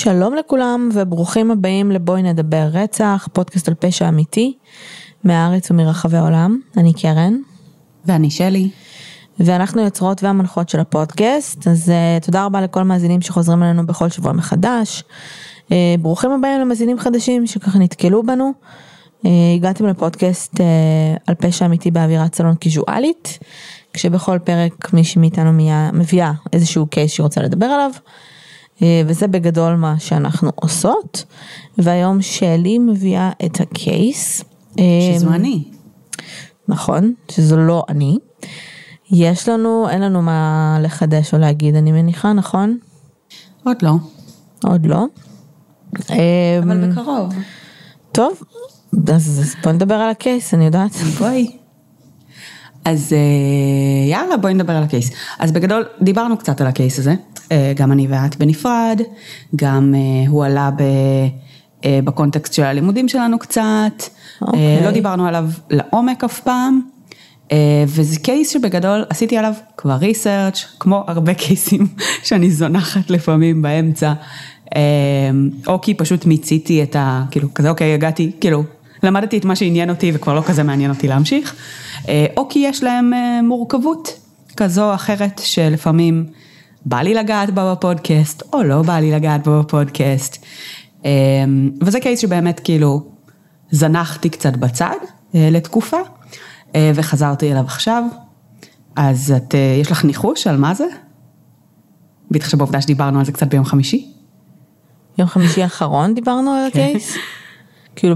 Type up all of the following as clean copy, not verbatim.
שלום לכולם וברוכים הבאים לבואי נדבר רצח, פודקאסט על פשע אמיתי, מהארץ ומרחבי העולם. אני קרן. ואני שלי. ואנחנו יוצרות והמנחות של הפודקאסט, אז תודה רבה לכל מאזינים שחוזרים אלינו בכל שבוע מחדש. ברוכים הבאים למאזינים חדשים שככה נתקלו בנו. הגעתם לפודקאסט על פשע אמיתי באווירת סלון קיזואלית, כשבכל פרק מישהי מאיתנו מביאה איזשהו קייס שהיא רוצה לדבר עליו. וזה בגדול מה שאנחנו עושות, והיום שלי מביאה את הקייס. שזו אני. נכון, שזו לא אני. אין לנו מה לחדש או להגיד, אני מניחה, נכון? עוד לא. עוד לא. אבל בקרוב. טוב, אז בוא נדבר על הקייס, אני יודעת. בואי. אז יאללה, בואי נדבר על הקייס. אז בגדול דיברנו קצת על הקייס הזה, גם אני ואת בנפרד, גם הוא עלה בקונטקסט של הלימודים שלנו קצת, לא דיברנו עליו לעומק אף פעם, וזה קייס שבגדול עשיתי עליו כבר ריסרצ' כמו הרבה קייסים שאני זונחת לפעמים באמצע, או כי פשוט מיציתי את כאילו כזה אוקיי, הגעתי, כאילו למדתי את מה שעניין אותי וכבר לא כזה מעניין אותי להמשיך, או כי יש להם מורכבות כזו או אחרת שלפעמים בא לי לגעת בה בפודקאסט, או לא בא לי לגעת בה בפודקאסט, וזה קייס שבאמת כאילו זנחתי קצת בצד לתקופה, וחזרתי אליו עכשיו. אז יש לך ניחוש על מה זה? בטח שבעובדה שדיברנו על זה קצת ביום חמישי. יום חמישי האחרון דיברנו על הקייס? כאילו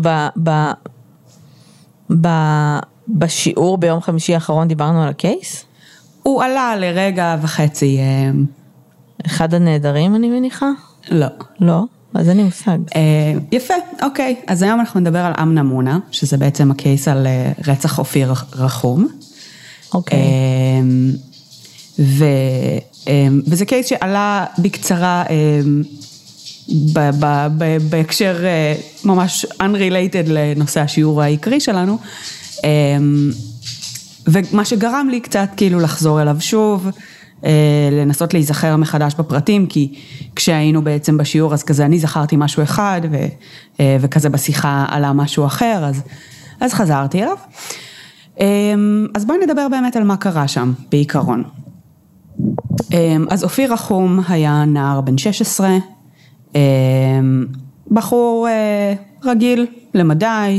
בשיעור ביום חמישי האחרון דיברנו על הקייס? הוא עלה לרגע וחצי. אחד הנהדרים אני מניחה? לא. לא? אז אני מושג. יפה, אוקיי. אז היום אנחנו נדבר על אמנה מונה, שזה בעצם הקייס על רצח אופיר רחום. אוקיי. וזה קייס שעלה בקצרה בהקשר ממש unrelated לנושא השיעור העיקרי שלנו, ומה שגרם לי קצת כאילו לחזור אליו שוב, לנסות להיזכר מחדש בפרטים, כי כשהיינו בעצם בשיעור אז כזה אני זכרתי משהו אחד, וכזה בשיחה עלה משהו אחר, אז חזרתי אליו. אז בואי נדבר באמת על מה קרה שם בעיקרון. אז אופיר רחום היה נער בן 16, בחור רגיל למדי,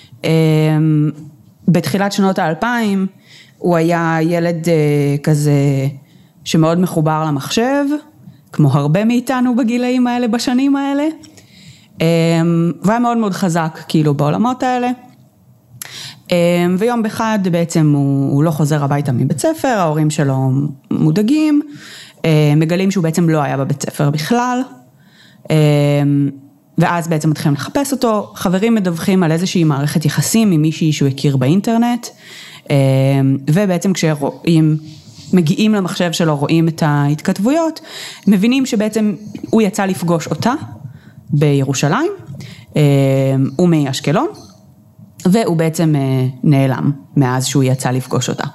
בתחילת שנות ה-2000, הוא היה ילד כזה שמאוד מחובר למחשב, כמו הרבה מאיתנו בגילאים האלה, בשנים האלה, והיה מאוד מאוד חזק כאילו בעולמות האלה, ויום אחד בעצם הוא לא חוזר הביתה מבית ספר, ההורים שלו מודאגים, מגלים שהוא בעצם לא היה בבית ספר בכלל, ואז בעצם מתחילים לחפש אותו, חברים מדווחים על איזושהי מערכת יחסים עם מישהי שהוא הכיר באינטרנט, ובעצם כשרואים, מגיעים למחשב שלו, רואים את ההתכתבויות, מבינים שבעצם הוא יצא לפגוש אותה בירושלים, הוא מאשקלון, והוא בעצם נעלם מאז שהוא יצא לפגוש אותה.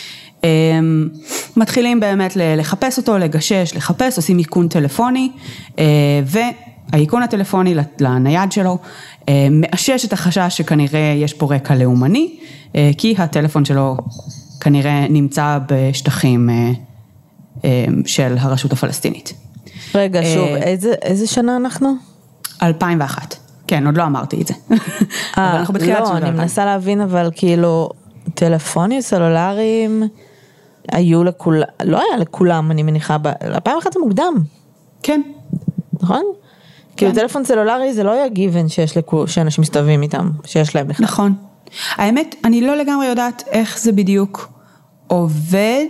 מתחילים באמת לחפש אותו, לגשש, לחפש, עושים איכון טלפוני, והאיכון הטלפוני לנייד שלו מאשש את החשש שכנראה יש פה רקע לאומני, כי הטלפון שלו כנראה נמצא בשטחים של הרשות הפלסטינית. רגע, שוב, איזה שנה אנחנו? 2001. כן, עוד לא אמרתי את זה. אבל אנחנו בתחילת שנות. לא, אני מנסה להבין, אבל כאילו, טלפונים סלולריים היו לכולם, לא היה לכולם, אני מניחה, 2001 זה מוקדם. כן. נכון? כאילו, טלפון סלולרי זה לא היה גיוון שאנשים מסתובבים איתם, שיש להם בכלל. נכון. האמת, אני לא לגמרי יודעת איך זה בדיוק עובד,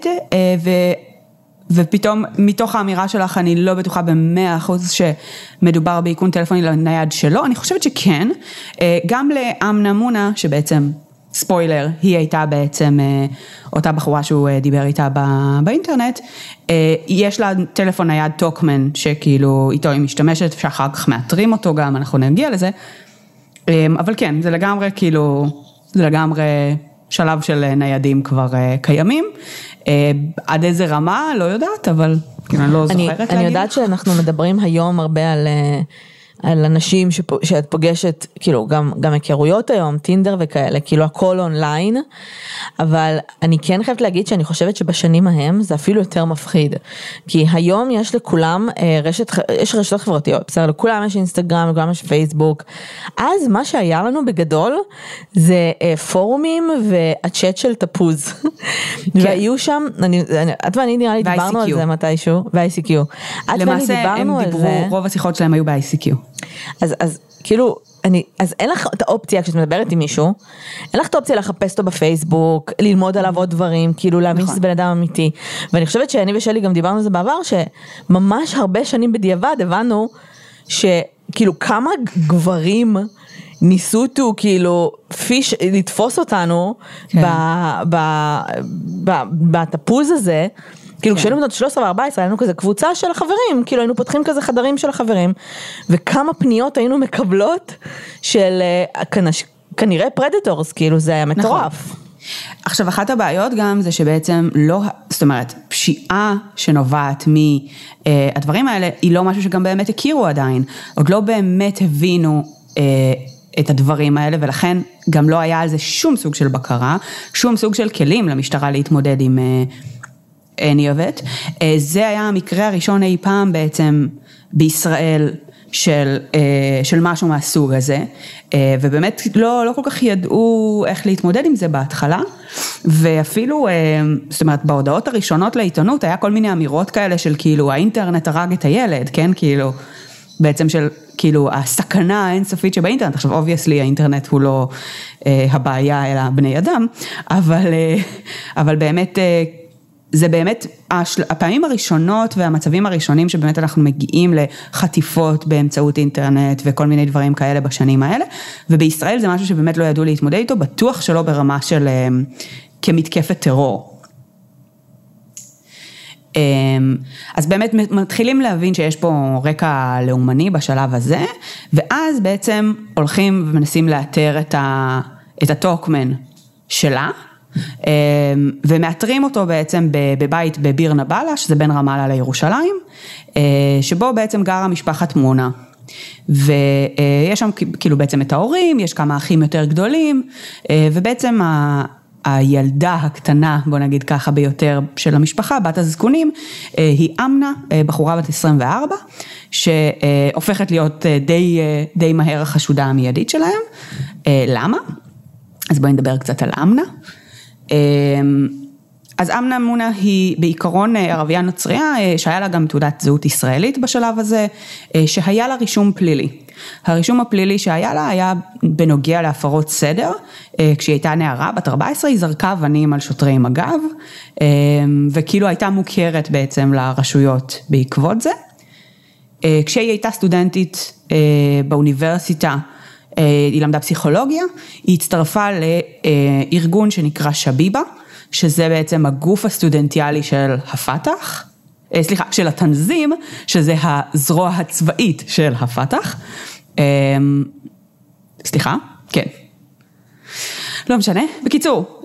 ופתאום מתוך האמירה שלך אני לא בטוחה ב100% שמדובר באיכון טלפוני לנייד שלו, אני חושבת שכן, גם לאמנה מונה שבעצם ספוילר, היא הייתה בעצם אותה בחורה שהוא דיבר איתה באינטרנט, יש לה טלפון נייד טוקמן שכאילו איתו היא משתמשת, שאחר כך מאתרים אותו גם, אנחנו נגיע לזה, אבל כן, זה לגמרי כאילו, זה לגמרי שלב של ניידים כבר קיימים, עד איזה רמה, לא יודעת, אבל אני לא זוכרת להגיד. אני יודעת שאנחנו מדברים היום הרבה על אנשים שאת פוגשת, כאילו גם היכרויות היום, טינדר וכאלה, כאילו הכל אונליין, אבל אני כן חייבת להגיד שאני חושבת שבשנים ההם זה אפילו יותר מפחיד, כי היום יש לכולם יש רשתות חברתיות, בסדר, לכולם יש אינסטגרם, לכולם יש פייסבוק, אז מה שהיה לנו בגדול זה פורומים והצ'אט של תפוז, והיו שם, את ואני נראה לי דיברנו על זה מתישהו, ו-ICQ, למעשה הם דיברו, רוב השיחות שלהם היו ב-ICQ. אז כאילו, אז אין לך את האופציה, כשאת מדברת עם מישהו, אין לך את האופציה לחפש אותו בפייסבוק, ללמוד עליו עוד דברים, כאילו להאמין שזה בן אדם אמיתי. ואני חושבת שאני ושלי גם דיברנו על זה בעבר, שממש הרבה שנים בדיעבד הבנו, שכאילו כמה גברים ניסו כאילו לתפוס אותנו בתפוז הזה, כאילו כשהיינו בנות 13 ו-14, היינו כזה קבוצה של החברים, כאילו היינו פותחים כזה חדרים של החברים, וכמה פניות היינו מקבלות של כנראה פרדטורס, כאילו זה היה מטורף. עכשיו, אחת הבעיות גם זה שבעצם לא, זאת אומרת, פשיעה שנובעת מהדברים האלה, היא לא משהו שגם באמת הכירו עדיין, עוד לא באמת הבינו את הדברים האלה, ולכן גם לא היה על זה שום סוג של בקרה, שום סוג של כלים למשטרה להתמודד עם any of it. זה היה המקרה הראשון אי פעם בעצם בישראל של משהו מהסוג הזה, ובאמת לא כל כך ידעו איך להתמודד עם זה בהתחלה, ואפילו, זאת אומרת, בהודעות הראשונות לעיתונות היה כל מיני אמירות כאלה של כאילו האינטרנט הרג את הילד, כן, כאילו, בעצם של כאילו הסכנה האינסופית שבאינטרנט, עכשיו obviously האינטרנט הוא לא הבעיה אלא בני אדם, אבל באמת זה באמת הפעמים הראשונות והמצבים הראשונים שבאמת אנחנו מגיעים לחטיפות באמצעות אינטרנט וכל מיני דברים כאלה בשנים האלה, ובישראל זה משהו שבאמת לא ידעו להתמודד איתו, בטוח שלא ברמה של כמתקפת טרור. אז באמת מתחילים להבין שיש פה רקע לאומני בשלב הזה, ואז בעצם הולכים ומנסים לאתר את הטוקמן שלה, ומאתרים אותו בעצם בבית בביר נבלה, שזה בין רמאללה לירושלים, שבו בעצם גרה משפחת מונה, ויש שם כאילו בעצם את ההורים, יש כמה אחים יותר גדולים, ובעצם הילדה הקטנה, בוא נגיד ככה ביותר של המשפחה, בת הזקונים, היא אמנה, בחורה בת 24, שהופכת להיות די מהר החשודה המיידית שלהם. למה? אז בואי נדבר קצת על אמנה. אז אמנה מונה היא בעיקרון ערבייה נוצריה, שהיה לה גם תעודת זהות ישראלית בשלב הזה, שהיה לה רישום פלילי. הרישום הפלילי שהיה לה היה בנוגע להפרות סדר, כשהיא הייתה נערה, בת 14, היא זרקה אבנים על שוטרי מג"ב, וכאילו הייתה מוכרת בעצם לרשויות בעקבות זה. כשהיא הייתה סטודנטית באוניברסיטה, היא למדה פסיכולוגיה, היא הצטרפה לארגון שנקרא שביבה, שזה בעצם הגוף הסטודנטיאלי של הפתח, של התנזים, שזה הזרוע הצבאית של הפתח. סליחה? כן. לא משנה. בקיצור,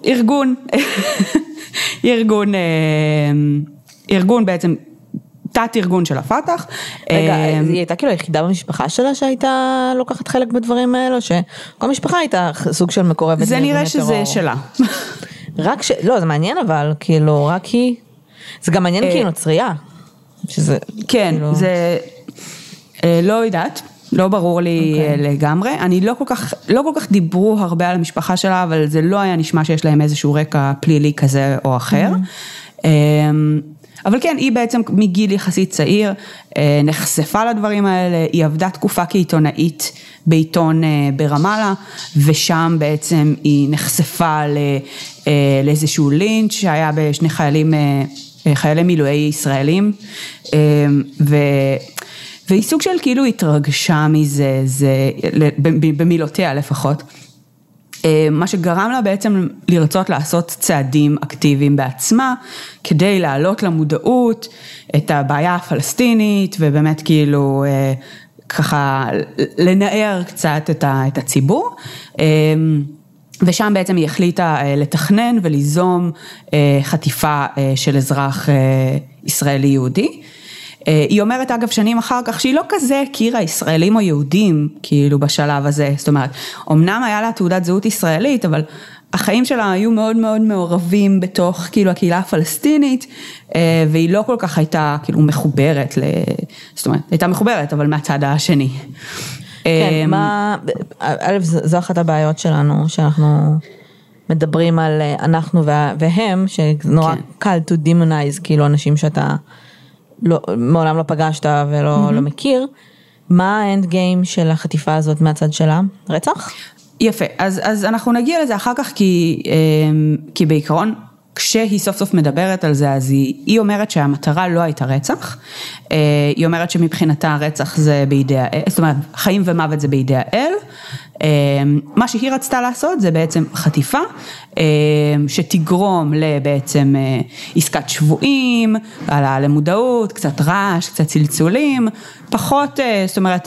ארגון בעצם, תת ארגון של הפתח. רגע, היא הייתה כאילו היחידה במשפחה שלה שהייתה לוקחת חלק בדברים האלו, שכל משפחה הייתה סוג של מקורבת. זה נראה שזה שלה. לא, זה מעניין אבל, כאילו, רק היא, זה גם מעניין כי היא נוצריה. כן, זה לא יודעת, לא ברור לי לגמרי, אני לא כל כך דיברו הרבה על המשפחה שלה, אבל זה לא היה נשמע שיש להם איזשהו רקע פלילי כזה או אחר. אבל כן, היא בעצם מגיל יחסית צעיר, נחשפה לדברים האלה, היא עבדה תקופה כעיתונאית בעיתון ברמאללה, ושם בעצם היא נחשפה לאיזשהו לינץ' שהיה בשני חיילי מילואי ישראלים, והיא סוג של כאילו התרגשה מזה, במילותיה לפחות, מה שגרם לה בעצם לרצות לעשות צעדים אקטיביים בעצמה, כדי להעלות למודעות את הבעיה הפלסטינית, ובאמת כאילו ככה לנער קצת את הציבור. ושם בעצם היא החליטה לתכנן וליזום חטיפה של אזרח ישראלי יהודי. היא אומרת אגב שנים אחר כך שהיא לא כזה הכירה ישראלים או יהודים כאילו בשלב הזה, זאת אומרת, אמנם היה לה תעודת זהות ישראלית, אבל החיים שלה היו מאוד מאוד מעורבים בתוך כאילו הקהילה הפלסטינית, והיא לא כל כך הייתה כאילו מחוברת, זאת אומרת, הייתה מחוברת אבל מהצד השני. כן, זו אחת הבעיות שלנו, שאנחנו מדברים על אנחנו והם, שנורא קל to demonize, כאילו אנשים שאתה מעולם לא פגשת ולא מכיר. מה האנד גיים של החטיפה הזאת מהצד שלה? רצח? יפה, אז אנחנו נגיע לזה אחר כך, כי בעיקרון, כשהיא סוף סוף מדברת על זה, אז היא אומרת שהמטרה לא הייתה רצח, היא אומרת שמבחינתה רצח זה בידי האל, זאת אומרת, חיים ומוות זה בידי האל, מה שהיא רצתה לעשות זה בעצם חטיפה, שתגרום לבעצם עסקת שבויים, העלאה למודעות, קצת רעש, קצת צלצולים, פחות, זאת אומרת,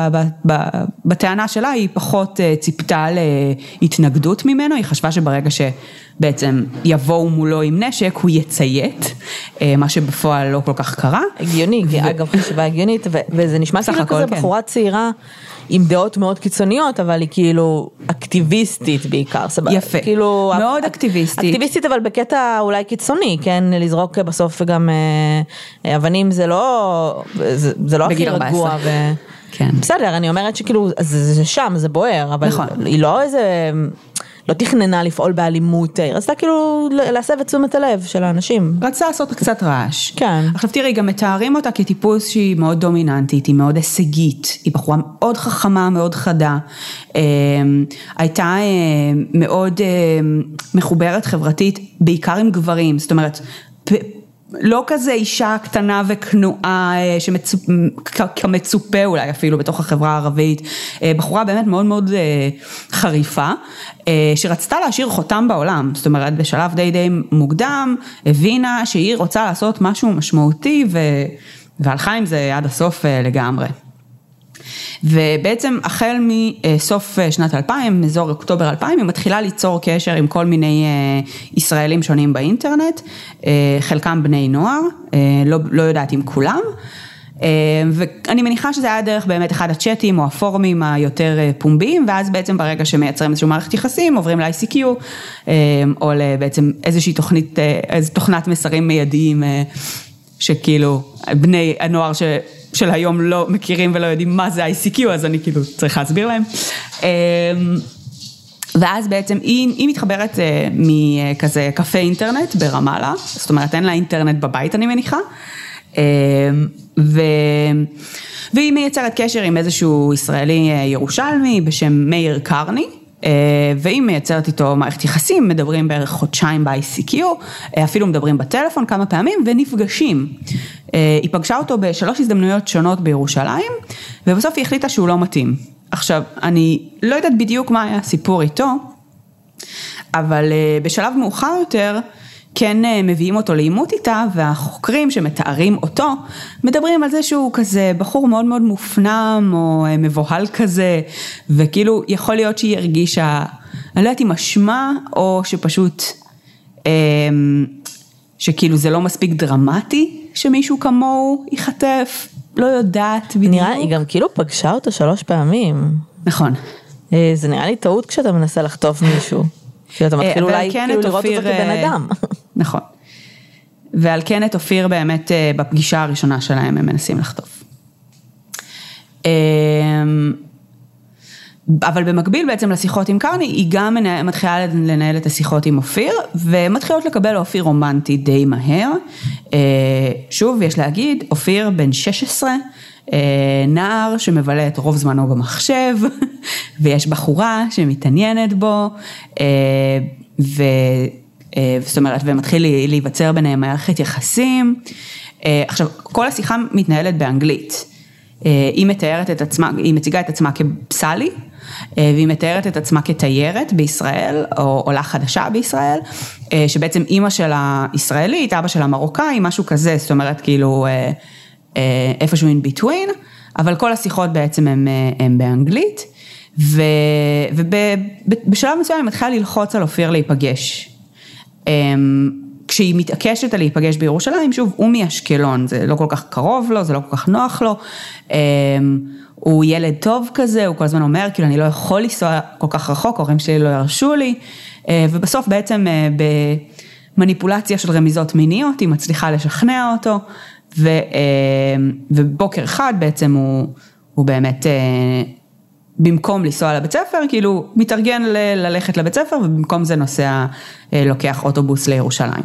בטענה שלה היא פחות ציפתה להתנגדות ממנו, היא חשבה שברגע שבעצם יבואו מולו עם נשק, הוא יציית, מה שבפועל לא כל כך קרה. הגיוני, אגב חשיבה הגיונית, וזה נשמע כאילו כזה בחורה צעירה, עם דעות מאוד קיצוניות, אבל היא כאילו אקטיביסטית בעיקר. יפה, כאילו, מאוד אקטיביסטית. אקטיביסטית אבל בקטע אולי קיצוני, כן? לזרוק בסוף גם אבנים זה לא הכי רגוע. כן. בסדר, אני אומרת שכאילו, זה שם, זה בוער, אבל היא לא איזה... לא תכננה לפעול באלימות, רצתה כאילו להסב את תשומת הלב של האנשים. רצתה לעשות קצת רעש. כן. עכשיו תראי, גם מתארים אותה כטיפוס שהיא מאוד דומיננטית, היא מאוד הישגית, היא בחורה מאוד חכמה, מאוד חדה, הייתה מאוד מחוברת חברתית, בעיקר עם גברים, זאת אומרת, לא כזה אישה קטנה וכנועה כמצופה אולי אפילו בתוך החברה הערבית, בחורה באמת מאוד מאוד חריפה, שרצתה להשאיר חותם בעולם, זאת אומרת בשלב די מוקדם, הבינה שהיא רוצה לעשות משהו משמעותי והלכה עם זה עד הסוף לגמרי. ובעצם החל מסוף שנת 2000, אזור אוקטובר 2000, היא מתחילה ליצור קשר עם כל מיני ישראלים שונים באינטרנט, חלקם בני נוער, לא יודעת אם כולם, ואני מניחה שזה היה דרך באמת אחד הצ'אטים או הפורומים היותר פומביים, ואז בעצם ברגע שמייצרים איזשהו מערכת יחסים, עוברים ל-ICQ, או בעצם איזושהי תוכנת מסרים מיידיים, שכאילו בני הנוער של היום לא מכירים ולא יודעים מה זה ICQ, אז אני כאילו צריכה להסביר להם. ואז בעצם היא מתחברת מכזה קפה אינטרנט ברמאללה, זאת אומרת אין לה אינטרנט בבית אני מניחה, והיא מייצרת קשר עם איזשהו ישראלי ירושלמי בשם מאיר קרני, והיא מייצרת איתו מערכת יחסים, מדברים בערך חודשיים ב-ICQ, אפילו מדברים בטלפון כמה פעמים ונפגשים. היא פגשה אותו בשלוש הזדמנויות שונות בירושלים, ובסוף היא החליטה שהוא לא מתאים. עכשיו, אני לא יודעת בדיוק מה היה הסיפור איתו, אבל בשלב מאוחר יותר, כן מביאים אותו לאימות איתה, והחוקרים שמתארים אותו, מדברים על זה שהוא כזה בחור מאוד מאוד מופנם, או מבוהל כזה, וכאילו יכול להיות שהיא הרגישה, אני לא יודעת אם אשמה, או שפשוט, שכאילו זה לא מספיק דרמטי, שמישהו כמוהו ייחטף, לא יודעת בדיוק. נראה, היא גם כאילו פגשה אותו 3 פעמים. נכון. זה נראה לי טעות כשאתה מנסה לחטוף מישהו. שאתה מתחיל אולי כאילו לראות אותו כבן אדם. נכון. ועל כן את אופיר באמת בפגישה הראשונה שלהם הם מנסים לחטוף. אבל במקביל בעצם לשיחות עם קרני, היא גם מתחילה לנהל את השיחות עם אופיר, ומתחילות לקבל אופיר רומנטי די מהר. שוב, יש להגיד, אופיר בן 16, נער שמבלה את רוב זמנו במחשב, ויש בחורה שמתעניינת בו, זאת אומרת, ומתחיל להיווצר ביניהם מערכת יחסים. עכשיו, כל השיחה מתנהלת באנגלית. היא מתארת את עצמה, היא מציגה את עצמה כבסלי, והיא מתארת את עצמה כתיירת בישראל, או עולה חדשה בישראל, שבעצם אמא שלה ישראלית, אבא שלה מרוקאי, משהו כזה, זאת אומרת, כאילו, איפשהו in between, אבל כל השיחות בעצם הם באנגלית, ובשלב מסוים היא מתחילה ללחוץ על אופיר להיפגש. כשהיא מתעקשת על להיפגש בירושלים, שוב, הוא מאשקלון, זה לא כל כך קרוב לו, זה לא כל כך נוח לו, הוא ילד טוב כזה, הוא כל הזמן אומר, כאילו אני לא יכול לנסוע כל כך רחוק, הורים שלי לא ירשו לי, ובסוף בעצם במניפולציה של רמיזות מיניות, היא מצליחה לשכנע אותו, ובוקר אחד בעצם הוא באמת, במקום לנסוע לבית ספר, כאילו מתארגן ללכת לבית ספר, ובמקום זה נוסע, לוקח אוטובוס לירושלים.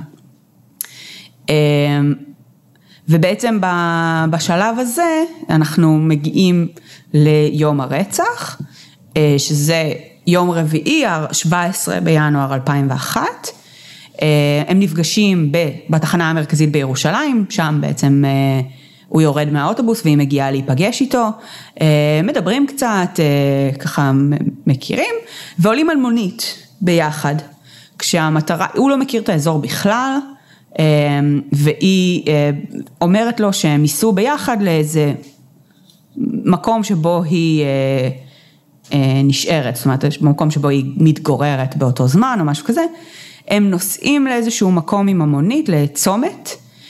ובעצם בשלב הזה, אנחנו מגיעים ליום הרצח, שזה יום רביעי, 17 בינואר 2001, הם נפגשים בתחנה המרכזית בירושלים, שם בעצם הוא יורד מהאוטובוס והיא מגיעה להיפגש איתו, מדברים קצת, ככה מכירים, ועולים על מונית ביחד, כשהמטרה, הוא לא מכיר את האזור בכלל, והיא אומרת לו שהם ייסעו ביחד לאיזה מקום שבו היא נשארת, זאת אומרת, במקום שבו היא מתגוררת באותו זמן או משהו כזה, הם נוסעים לאיזשהו מקום עם המונית, לצומת,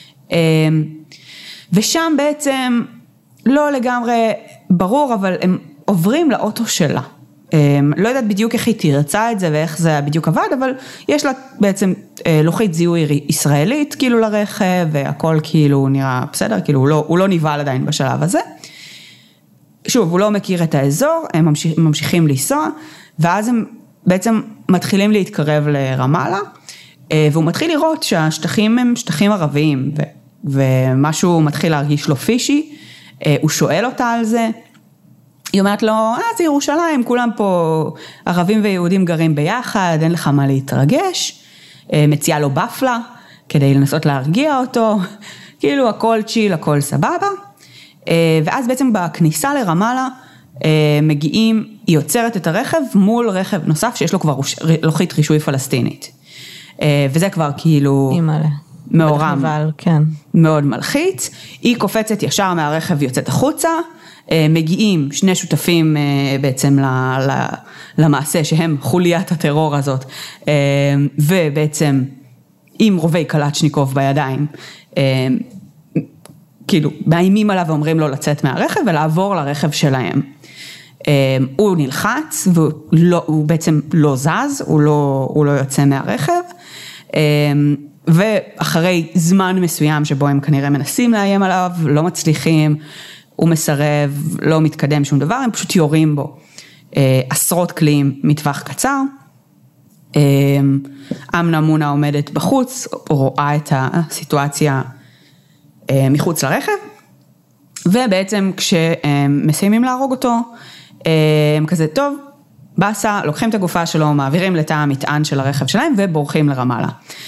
ושם בעצם לא לגמרי ברור, אבל הם עוברים לאוטו שלה. לא יודעת בדיוק איך היא תרצה את זה ואיך זה בדיוק עבד, אבל יש לה בעצם לוחית זיהוי ישראלית כאילו לרכב, והכל כאילו נראה בסדר, כאילו הוא לא נבהל עדיין בשלב הזה. שוב, הוא לא מכיר את האזור, הם ממשיכים לנסוע, ואז הם בעצם מתחילים להתקרב לרמאללה, והוא מתחיל לראות שהשטחים הם שטחים ערביים, ומשהו מתחיל להרגיש לו פישי, הוא שואל אותה על זה, היא אומרת לו, זה ירושלים, כולם פה ערבים ויהודים גרים ביחד, אין לך מה להתרגש, מציעה לו בפלה, כדי לנסות להרגיע אותו, כאילו הכל צ'יל, הכל סבבה, ואז בעצם בכניסה לרמאללה, מגיעים, היא יוצרת את הרכב מול רכב נוסף, שיש לו כבר לוחית רישוי פלסטינית, וזה כבר כאילו מעורם, כן. מאוד מלחיץ, היא קופצת ישר מהרכב, יוצאת החוצה, מגיעים שני שותפים בעצם למעשה שהם חוליית הטרור הזאת, ובעצם עם רובי קלצ'ניקוב בידיים, כאילו מאיימים עליו ואומרים לו לצאת מהרכב ולעבור לרכב שלהם. הוא נלחץ והוא בעצם לא זז, הוא לא יוצא מהרכב, ואחרי זמן מסוים שבו הם כנראה מנסים לאיים עליו, לא מצליחים, הוא מסרב, לא מתקדם שום דבר, הם פשוט יורים בו עשרות כלים מטווח קצר. אמנה מונה עומדת בחוץ, רואה את הסיטואציה מחוץ לרכב, ובעצם כשמסיימים להרוג אותו, הם כזה טוב, בסה, לוקחים את הגופה שלו, מעבירים לתא המטען של הרכב שלהם, ובורחים לרמאללה.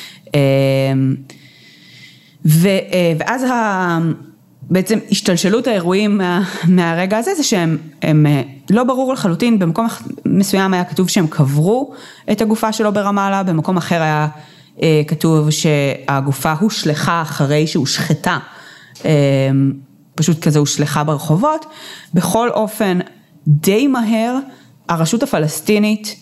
ואז בעצם השתלשלות האירועים מהרגע הזה, זה שהם לא ברור לחלוטין, במקום מסוים היה כתוב שהם קברו את הגופה שלו ברמאללה, במקום אחר היה כתוב שהגופה הושלחה אחרי שהושחתה, פשוט כזה הושלחה ברחובות, בכל אופן די מהר, הרשות הפלסטינית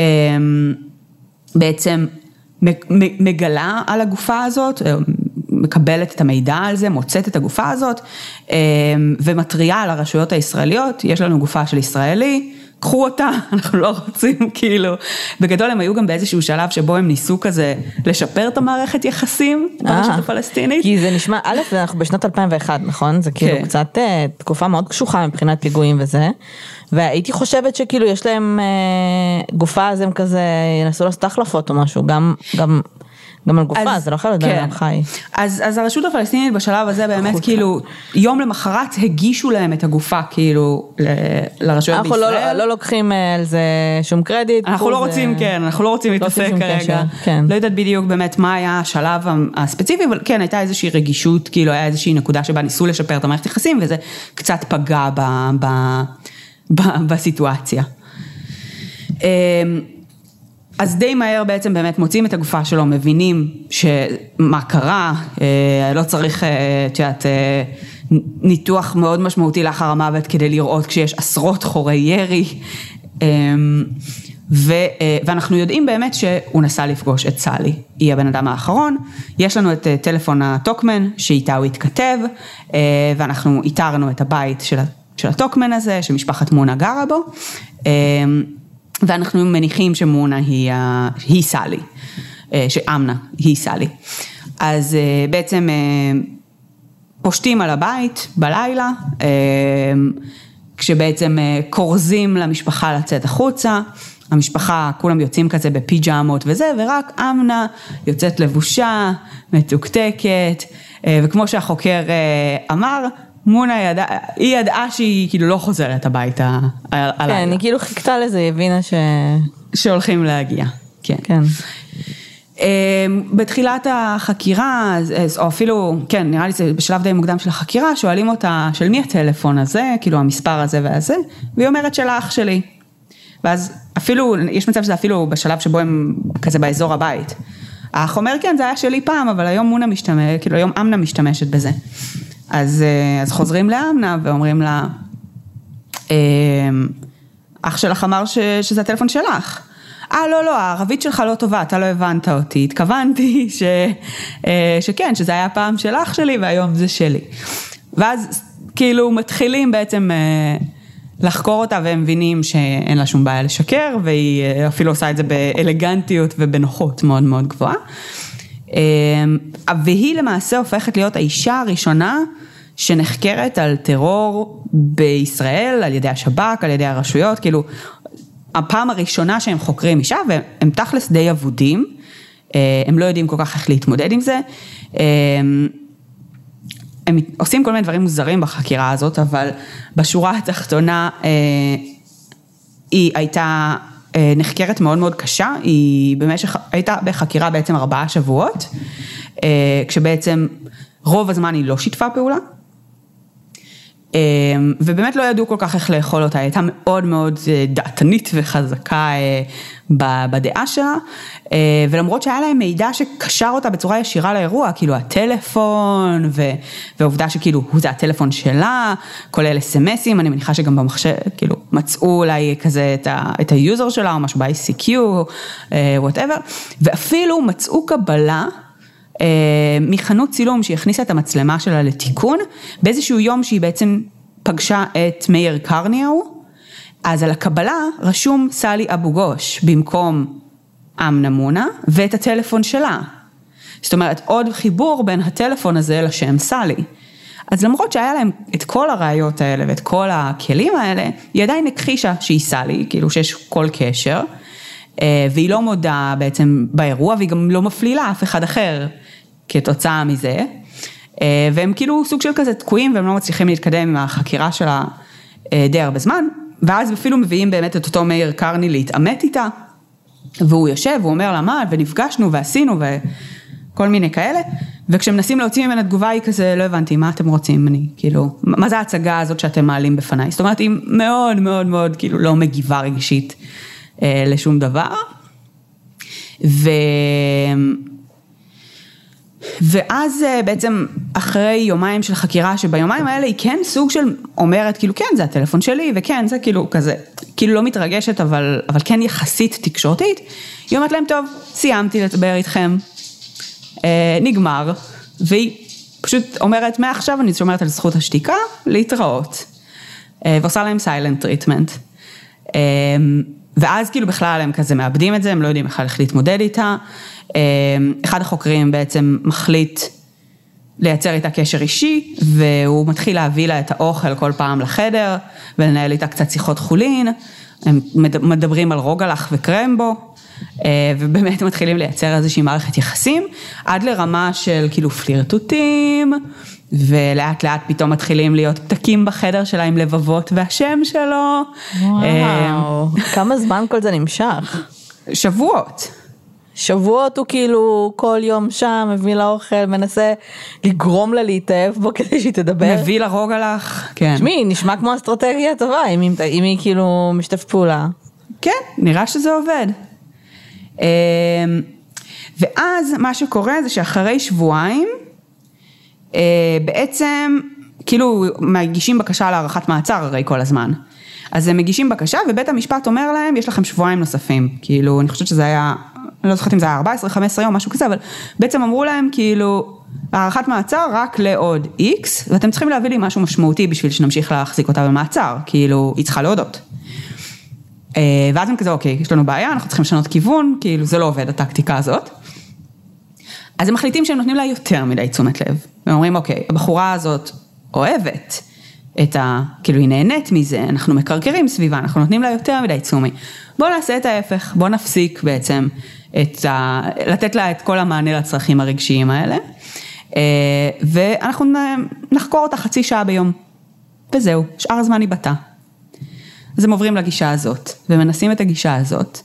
בעצם מגלה על הגופה הזאת, מקבלת את המידע על זה, מוצאת את הגופה הזאת, ומטריעה על הרשויות הישראליות, יש לנו גופה של ישראלי, קחו אותה, אנחנו לא רוצים, כאילו, בגדול הם היו גם באיזשהו שלב שבו הם ניסו כזה לשפר את המערכת יחסים ברשות הפלסטינית. כי זה נשמע, א', אנחנו בשנת 2001, נכון? זה כאילו קצת תקופה מאוד קשוחה מבחינת פיגועים וזה, והייתי חושבת שכאילו יש להם גופה, אז הם כזה ינסו לעשות החלפות או משהו, גם על גופה, זה לא יכול להיות בן חי. אז הרשות הפלסטינית בשלב הזה באמת כאילו, יום למחרת הגישו להם את הגופה כאילו לרשויות בישראל. אנחנו לא לוקחים על זה שום קרדיט. אנחנו לא רוצים, כן, אנחנו לא רוצים להתעסק כרגע. לא יודעת בדיוק באמת מה היה השלב הספציפי, אבל כן, הייתה איזושהי רגישות, כאילו היה איזושהי נקודה שבה ניסו לשפר את המערכת יחסים, וזה קצת פגע בסיטואציה. אז די מהר בעצם באמת מוצאים את הגופה שלו, מבינים שמה קרה, לא צריך ניתוח מאוד משמעותי לאחר המוות כדי לראות כשיש עשרות חורי ירי, ואנחנו יודעים באמת שהוא נסע לפגוש את סלי, היא הבן אדם האחרון, יש לנו את טלפון הטוקמן שאיתה הוא התכתב, ואנחנו איתרנו את הבית של הטוקמן הזה, שמשפחת מונה גרה בו, ואנחנו מניחים שמונה היא סלי, שאמנה היא סלי. אז בעצם פושטים על הבית בלילה, כשבעצם קורזים למשפחה לצאת החוצה, המשפחה כולם יוצאים כזה בפיג'מות וזה, ורק אמנה יוצאת לבושה, מתוקתקת, וכמו שהחוקר אמר, מונה היא ידעה שהיא כאילו לא חוזרת הביתה הלילה. כן, היא כאילו חיכתה לזה, היא הבינה שהולכים להגיע, כן. כן. בתחילת החקירה, או אפילו, כן, נראה לי זה בשלב די מוקדם של החקירה, שואלים אותה, של מי הטלפון הזה, כאילו המספר הזה והזה, והיא אומרת של האח שלי. ואז אפילו, יש מצב שזה אפילו בשלב שבו הם כזה באזור הבית. האח אומר, כן, זה היה שלי פעם, אבל היום מונה משתמש, כאילו היום אמנה משתמשת בזה. אז חוזרים לאמנה ואומרים לה, אח שלך אמר שזה הטלפון שלך. לא, הערבית שלך לא טובה, אתה לא הבנת אותי, התכוונתי שכן, שזה היה פעם של אח שלי והיום זה שלי. ואז כאילו מתחילים בעצם לחקור אותה והם מבינים שאין לה שום בעיה לשקר, והיא אפילו עושה את זה באלגנטיות ובנוחות מאוד מאוד גבוהה. והיא למעשה הופכת להיות האישה הראשונה שנחקרת על טרור בישראל, על ידי השב"כ, על ידי הרשויות, כאילו הפעם הראשונה שהם חוקרים אישה, והם תכלס די עבודים, הם לא יודעים כל כך איך להתמודד עם זה, הם עושים כל מיני דברים מוזרים בחקירה הזאת, אבל בשורה התחתונה היא הייתה נחקרת מאוד מאוד קשה, היא הייתה בחקירה בעצם 4 שבועות, כשבעצם רוב הזמן היא לא שיתפה פעולה, ובאמת לא ידעו כל כך איך לאכול אותה, היא הייתה מאוד מאוד דעתנית וחזקה בדעה שלה, ולמרות שהיה להם מידע שקשר אותה בצורה ישירה לאירוע, כאילו הטלפון, והעובדה שכאילו זה הטלפון שלה, כולל SMS'ים, אני מניחה שגם במחשב, כאילו מצאו אולי כזה את היוזר שלה, או משהו ב-ICQ, whatever, ואפילו מצאו קבלה, מחנות צילום שהכניסה את המצלמה שלה לתיקון, באיזשהו יום שהיא בעצם פגשה את מאיר קרניהו, אז על הקבלה רשום סלי אבו גוש, במקום אמנה מונה, ואת הטלפון שלה. זאת אומרת, עוד חיבור בין הטלפון הזה לשם סלי. אז למרות שהיה להם את כל הראיות האלה, ואת כל הכלים האלה, היא עדיין הכחישה שהיא סלי, כאילו שיש כל קשר, והיא לא מודה בעצם באירוע, והיא גם לא מפלילה אף אחד אחר כתוצאה מזה, והם כאילו סוג של כזה תקועים, והם לא מצליחים להתקדם עם החקירה שלה די הרבה זמן, ואז אפילו מביאים באמת את אותו מאיר קרני להתאמת איתה, והוא יושב, הוא אומר לה מה, ונפגשנו ועשינו וכל מיני כאלה, וכשמנסים להוציא ממנה תגובה היא כזה, לא הבנתי, מה אתם רוצים? אני כאילו, מה זה ההצגה הזאת שאתם מעלים בפניי? זאת אומרת, היא מאוד מאוד מאוד כאילו לא מגיבה רגשית לשום דבר, ואז בעצם אחרי יומיים של חקירה, שביומיים האלה היא כן סוג של אומרת, כאילו כן זה הטלפון שלי, וכן זה כאילו כזה, כאילו לא מתרגשת, אבל כן יחסית תקשורתית, היא אומרת להם טוב, סיימתי לדבר איתכם, נגמר, והיא פשוט אומרת, מעכשיו אני שומרת על זכות השתיקה, להתראות, ועושה להם silent treatment, ואז כאילו בכלל הם כזה מאבדים את זה, הם לא יודעים בכלל איך להתמודד איתה, אחד החוקרים בעצם מחליט לייצר איתה קשר אישי, והוא מתחיל להביא לה את האוכל כל פעם לחדר, ולנהל איתה קצת שיחות חולין, הם מדברים על רוגלח וקרמבו, ובאמת מתחילים לייצר איזושהי מערכת יחסים, עד לרמה של כאילו פלירטוטים, ולאט לאט פתאום מתחילים להיות פתקים בחדר שלה עם לבבות והשם שלו. וואו, כמה זמן כל זה נמשך? שבועות. שבועות הוא כאילו כל יום שם, מביא לה אוכל, מנסה לגרום לה להתאהב בו כדי שהיא תדבר. מביא לה רוגלח, כן. שמי, נשמע כמו אסטרטגיה טובה, אם היא כאילו משתף פעולה. כן, נראה שזה עובד. ואז מה שקורה זה שאחרי שבועיים, בעצם כאילו מגישים בקשה להארכת מעצר הרי כל הזמן. אז הם מגישים בקשה, ובית המשפט אומר להם, יש לכם שבועיים נוספים, כאילו, אני חושבת שזה היה, אני לא זוכרת אם זה היה 14, 15 יום, משהו כזה, אבל בעצם אמרו להם, כאילו, הערכת מעצר רק לעוד X, ואתם צריכים להביא לי משהו משמעותי, בשביל שנמשיך להחזיק אותה במעצר, כאילו, היא צריכה להודות. ואז הם כזה, אוקיי, יש לנו בעיה, אנחנו צריכים לשנות כיוון, כאילו, זה לא עובד, הטקטיקה הזאת. אז הם מחליטים שהם נותנים לה יותר מדי תשומת לב. הם אומרים, אוקיי, הבחורה הזאת אוהבת כאילו היא נהנית מזה, אנחנו מקרקרים סביבה, אנחנו נותנים לה יותר מדי תשומי. בואו נעשה את ההפך, בואו נפסיק בעצם לתת לה את כל המענה לצרכים הרגשיים האלה, ואנחנו נחקור אותה חצי שעה ביום. וזהו, שאר הזמן היא בתה. אז הם עוברים לגישה הזאת, ומנסים את הגישה הזאת,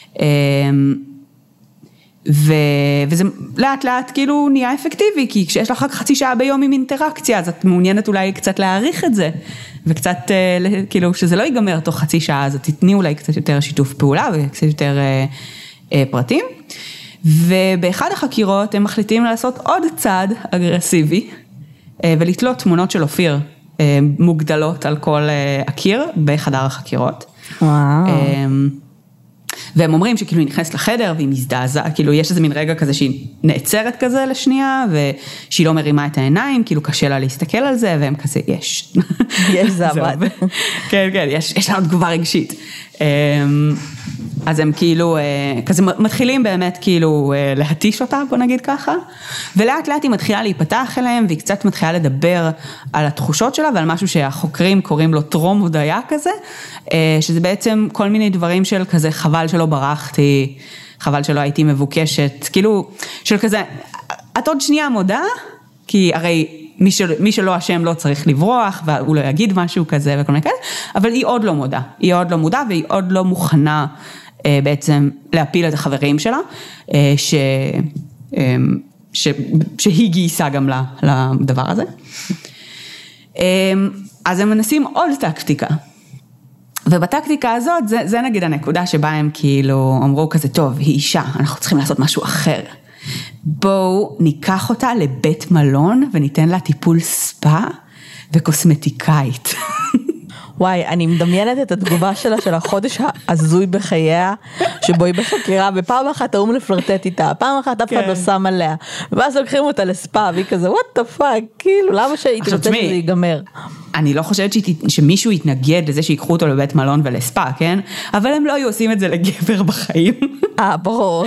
וזה לאט לאט כאילו נהיה אפקטיבי, כי כשיש לך רק חצי שעה ביום עם אינטראקציה, אז את מעוניינת אולי קצת להעריך את זה, וקצת כאילו שזה לא ייגמר תוך חצי שעה, אז תתני אולי קצת יותר שיתוף פעולה, וקצת יותר פרטים, ובאחד החקירות הם מחליטים לעשות עוד צעד אגרסיבי, ולתלות תמונות של אופיר, מוגדלות על כל הקיר, בחדר החקירות. וואו. והם אומרים שכאילו היא נכנסת לחדר והיא מזדעזעת, כאילו יש איזה מין רגע כזה שהיא נעצרת כזה לשנייה, ושהיא לא מרימה את העיניים, כאילו קשה לה להסתכל על זה, והם כזה, יש. יש זה עבד. כן, כן, יש לנו תגובה רגשית. אז הם כאילו, כזה מתחילים באמת כאילו להתיש אותה, בוא נגיד ככה, ולאט לאט היא מתחילה להיפתח אליהם, והיא קצת מתחילה לדבר על התחושות שלה, ועל משהו שהחוקרים קוראים לו טרום הודיה כזה, שזה בעצם כל מיני דברים של כזה, חבל שלא ברחתי, חבל שלא הייתי מבוקשת, כאילו, של כזה, את עוד שנייה מודה, כי הרי מי שלא אשם לא צריך לברוח, והוא לא יגיד משהו כזה וכל מיני כאלה, אבל היא עוד לא מודה, והיא עוד לא מוכנה בעצם להפיל את החברים שלה, שהיא גייסה גם לדבר הזה. אז הם מנסים עוד טקטיקה, ובטקטיקה הזאת, זה נגיד הנקודה שבה הם כאילו אמרו כזה, טוב, היא אישה, אנחנו צריכים לעשות משהו אחר. בואו ניקח אותה לבית מלון, וניתן לה טיפול ספה וקוסמטיקאית. וואי, אני מדמיינת את התגובה שלה של החודש הזוי בחייה, שבו היא בחקירה, ופעם אחת האום לפלרטט איתה, פעם אחת אף אחד לא שם עליה, ואז לוקחים אותה לספה, והיא כזה, what the fuck, כאילו, למה שהייתי רוצה שזה ייגמר? אני לא חושבת שמישהו יתנגד לזה שיקחו אותו לבית מלון ולספה, כן? אבל הם לא היו עושים את זה לגבר בחיים. ברור.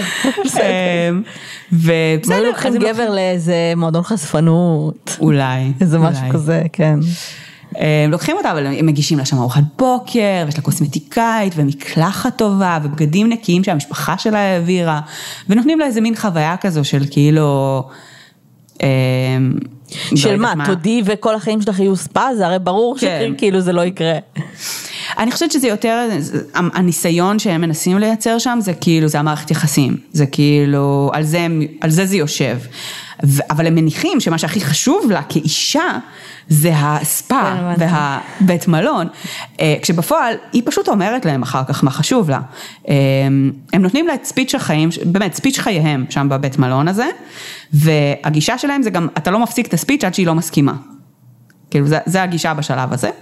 ובסדר. הם לוקחים גבר לאיזה מועדון חשפנות. אולי. איזה משהו כזה, כן. הם לוקחים אותה, אבל הם מגישים לה שם ארוחת בוקר, ויש לה קוסמטיקאית, ומקלחת טובה, ובגדים נקיים שהמשפחה שלה העבירה, ונותנים לה איזה מין חוויה כזו של כאילו... של מה, תודי וכל החיים שלך יהיו ספה, זה הרי ברור שכאילו זה לא יקרה. אני חושבת שזה יותר, הניסיון שהם מנסים לייצר שם, זה כאילו, זה המערכת יחסים, זה כאילו, על זה יושב. אבל הם מניחים שמה שהכי חשוב לה כאישה, זה הספה והבית מלון, כשבפועל היא פשוט אומרת להם אחר כך מה חשוב לה. הם נותנים לה את ספיץ' החיים, באמת ספיץ' חייהם שם בבית מלון הזה, והגישה שלהם זה גם, אתה לא מפסיק את הספיץ' עד שהיא לא מסכימה. כאילו זה הגישה בשלב הזה.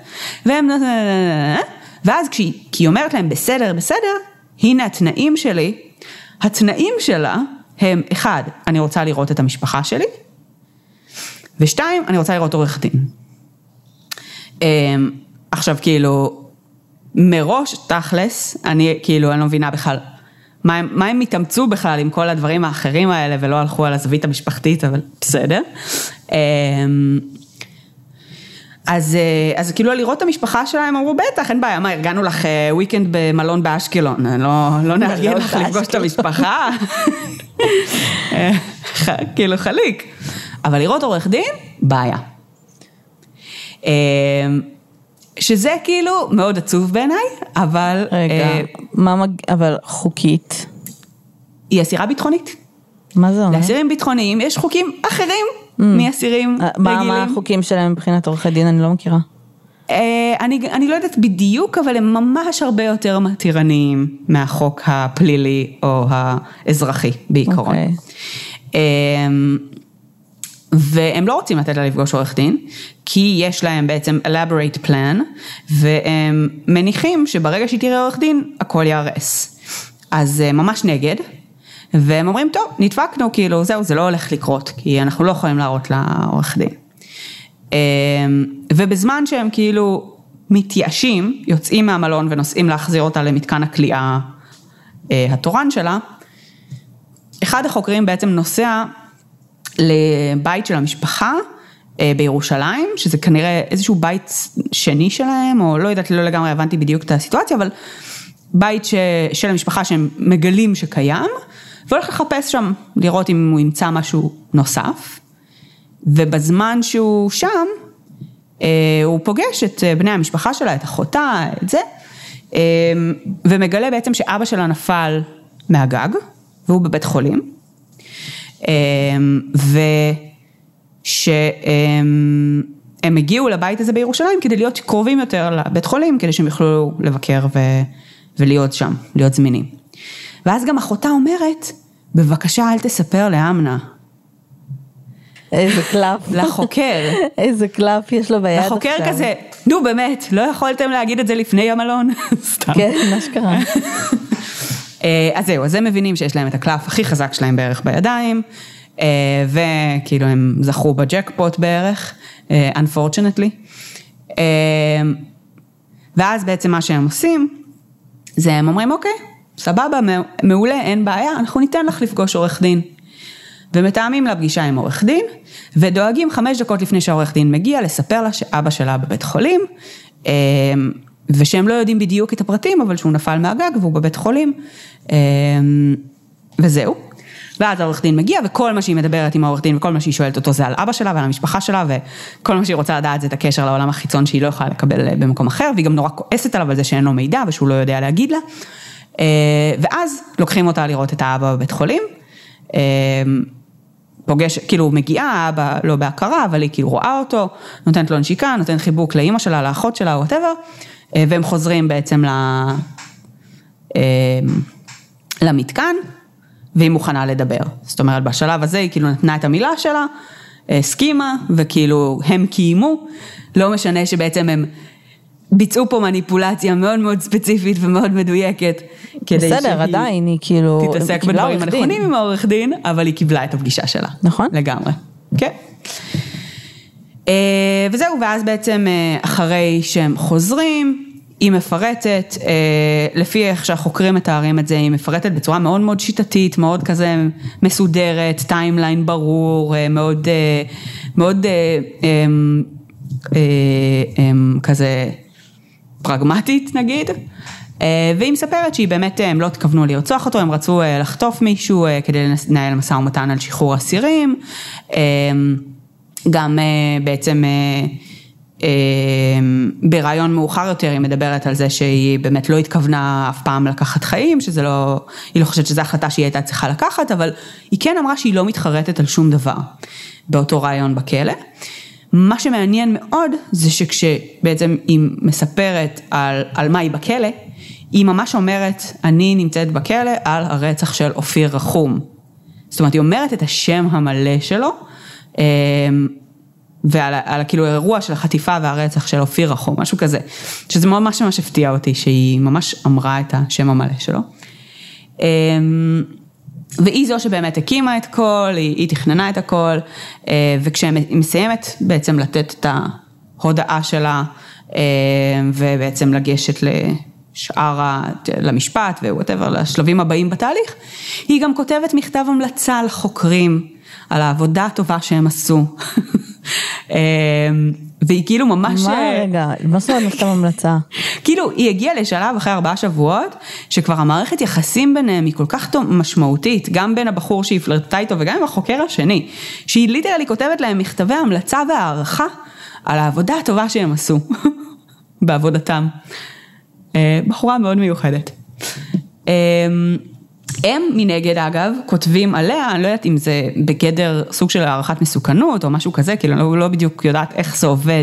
ואז כשהיא אומרת להם בסדר, הנה התנאים שלי, התנאים שלה הם 1, אני רוצה לראות את המשפחה שלי, ו2, אני רוצה לראות עורך דין. עכשיו כאילו, מראש תכלס, אני לא מבינה בכלל, מה הם מתאמצו בכלל עם כל הדברים האחרים האלה, ולא הלכו על הזווית המשפחתית, אבל בסדר. אז כאילו לראות את המשפחה שלהם, אמרו בטח, אין בעיה, מה, הרגענו לך וויקנד במלון באשקלון, לא נארגן לך לפגוש את המשפחה, כאילו חליק, אבל לראות עורך דין, בעיה. שזה כאילו מאוד עצוב בעיניי, אבל... רגע, אבל חוקית? היא אסירה ביטחונית. מה זה אומר? לאסירים ביטחוניים יש חוקים אחרים מאסירים רגילים. מה החוקים שלהם מבחינת עורכי דין? אני לא מכירה. אני לא יודעת בדיוק, אבל הם ממש הרבה יותר מתירניים מהחוק הפלילי או האזרחי בעיקרון. והם לא רוצים לתת לה לפגוש עורך דין, כי יש להם בעצם elaborate plan, והם מניחים שברגע שהיא תראה עורך דין, הכל יערס. אז ממש נגד, והם אומרים, טוב, נדפקנו, כאילו, זהו, זה לא הולך לקרות, כי אנחנו לא יכולים להראות לעורך דין. ובזמן שהם כאילו מתייאשים, יוצאים מהמלון ונוסעים להחזיר אותה למתקן הכליאה התורן שלה, אחד החוקרים בעצם נוסע לבית של המשפחה בירושלים, שזה כנראה איזשהו בית שני שלהם, או לא יודעת, לא לגמרי הבנתי בדיוק את הסיטואציה, אבל בית של המשפחה שהם מגלים שקיים, והולך לחפש שם, לראות אם הוא ימצא משהו נוסף, ובזמן שהוא שם, הוא פוגש את בני המשפחה שלה, את אחותה, את זה, ומגלה בעצם שאבא שלה נפל מהגג, והוא בבית חולים, ושהם הגיעו לבית הזה בירושלים, כדי להיות קרובים יותר לבית חולים, כדי שהם יוכלו לבקר ולהיות שם, להיות זמינים. ואז גם אחותה אומרת, בבקשה אל תספר לאמנה. איזה קלף. לחוקר. איזה קלף יש לו ביד עכשיו. לחוקר כזה, נו באמת, לא יכולתם להגיד את זה לפני המלון? סתם. כן, מה שקרה. אז זהו, אז הם מבינים שיש להם את הקלף הכי חזק שלהם בערך בידיים, וכאילו הם זכו בג'קפוט בערך, unfortunately. ואז בעצם מה שהם עושים, זה הם אומרים, אוקיי, סבבה, מעולה, אין בעיה, אנחנו ניתן לך לפגוש עורך דין. ומתאמים לפגישה עם עורך דין, ודואגים 5 דקות לפני שהעורך דין מגיע, לספר לה שאבא שלה בבית חולים, ושהם לא יודעים בדיוק את הפרטים, אבל שהוא נפל מהגג והוא בבית חולים, וזהו. ואז העורך דין מגיע, וכל מה שהיא מדברת עם העורך דין, וכל מה שהיא שואלת אותו זה על אבא שלה ועל המשפחה שלה, וכל מה שהיא רוצה לדעת זה את הקשר לעולם החיצון שהיא לא יכולה לקבל במקום אחר, והיא גם נורא כועסת עליו על זה שאין לו מידע, ושהוא לא יודע להגיד לה. ואז לוקחים אותה לראות את האבא בבית חולים, פוגש, כאילו מגיעה, האבא לא בהכרה, אבל היא כאילו רואה אותו, נותנת לו נשיקה, נותנת חיבוק לאמא שלה, לאחות שלה, whatever, והם חוזרים בעצם למתקן, והיא מוכנה לדבר. זאת אומרת, בשלב הזה היא כאילו נתנה את המילה שלה, הסכימה, וכאילו הם קיימו, לא משנה שבעצם הם ביצעו פה מניפולציה מאוד מאוד ספציפית ומאוד מדויקת, בסדר, עדיין היא כאילו תתעסק בדברים הנכונים עם העורך דין, אבל היא קיבלה את הפגישה שלה. נכון. לגמרי. כן. וזהו, ואז בעצם אחרי שהם חוזרים, היא מפרטת, לפי איך שהחוקרים מתארים את זה, היא מפרטת בצורה מאוד מאוד שיטתית, מאוד כזה מסודרת, טיימליין ברור, מאוד, מאוד כזה פרגמטית נגיד, והיא מספרת שהיא באמת, הם לא התכוונו לרצוח אותו, הם רצו לחטוף מישהו כדי לנהל משא ומתן על שחרור אסירים, גם בעצם ברעיון מאוחר יותר היא מדברת על זה שהיא באמת לא התכוונה אף פעם לקחת חיים, שזה לא, היא לא חושבת שזו החלטה שהיא הייתה צריכה לקחת, אבל היא כן אמרה שהיא לא מתחרטת על שום דבר באותו רעיון בכלא. מה שמעניין מאוד זה שכשבעצם היא מספרת על מה היא בכלא, היא ממש אומרת, אני נמצאת בכלא על הרצח של אופיר רחום. זאת אומרת, היא אומרת את השם המלא שלו, ועל כאילו האירוע של החטיפה והרצח של אופיר רחום, משהו כזה, שזה ממש ממש הפתיע אותי, שהיא ממש אמרה את השם המלא שלו. והיא זו שבאמת הקימה את הכל, היא תכננה את הכל, וכשהיא מסיימת בעצם לתת את ההודעה שלה, ובעצם לגשת לשאר למשפט, ווואטאבר, לשלבים הבאים בתהליך, היא גם כותבת מכתב המלצה לחוקרים, על העבודה הטובה שהם עשו. והיא כאילו ממש... מה רגע? מה זאת אומרת מכתב המלצה? כאילו היא הגיעה לשלב אחרי 4 שבועות, שכבר המערכת יחסים ביניהם היא כל כך משמעותית, גם בין הבחור שהיא פלרטה איתו, וגם עם החוקר השני, שהיא ליטרלי כותבת להם מכתבי המלצה והערכה, על העבודה הטובה שהם עשו, בעבודתם. בחורה מאוד מיוחדת. הם מנגד אגב כותבים עליה, אני לא יודעת אם זה בגדר סוג של הערכת מסוכנות או משהו כזה, כאילו אני לא בדיוק יודעת איך זה עובד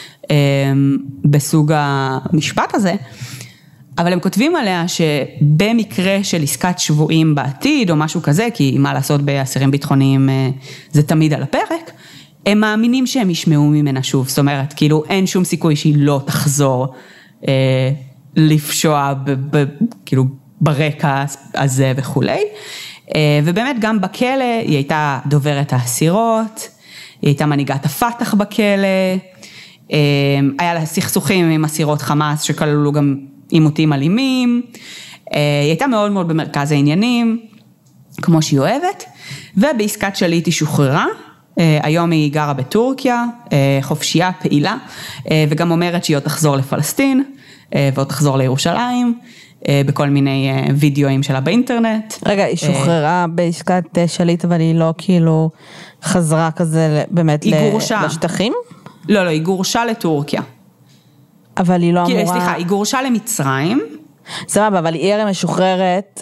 בסוג המשפט הזה, אבל הם כותבים עליה שבמקרה של עסקת שבויים בעתיד או משהו כזה, כי מה לעשות באסירים ביטחוניים זה תמיד על הפרק, הם מאמינים שהם ישמעו ממנה שוב, זאת אומרת, כאילו אין שום סיכוי שהיא לא תחזור לפשוע כאילו ברקע הזה וכולי, ובאמת גם בכלא היא הייתה דוברת האסירות, היא הייתה מנהיגת הפתח בכלא, היה לה סכסוכים עם אסירות חמאס שכללו גם עימותים אלימים, היא הייתה מאוד מאוד במרכז העניינים, כמו שהיא אוהבת, ובעסקת שליט היא שוחררה, היום היא גרה בטורקיה, חופשייה, פעילה, וגם אומרת שהיא עוד תחזור לפלסטין, ועוד תחזור לירושלים, בכל מיני וידאוים שלה באינטרנט. רגע, היא שוחררה בעסקת שליט, אבל היא לא כאילו חזרה כזה באמת לשטחים? לא, היא גורשה לטורקיה. אבל היא לא אמורה... סליחה, היא גורשה למצרים. סבבה, אבל היא הרי משוחררת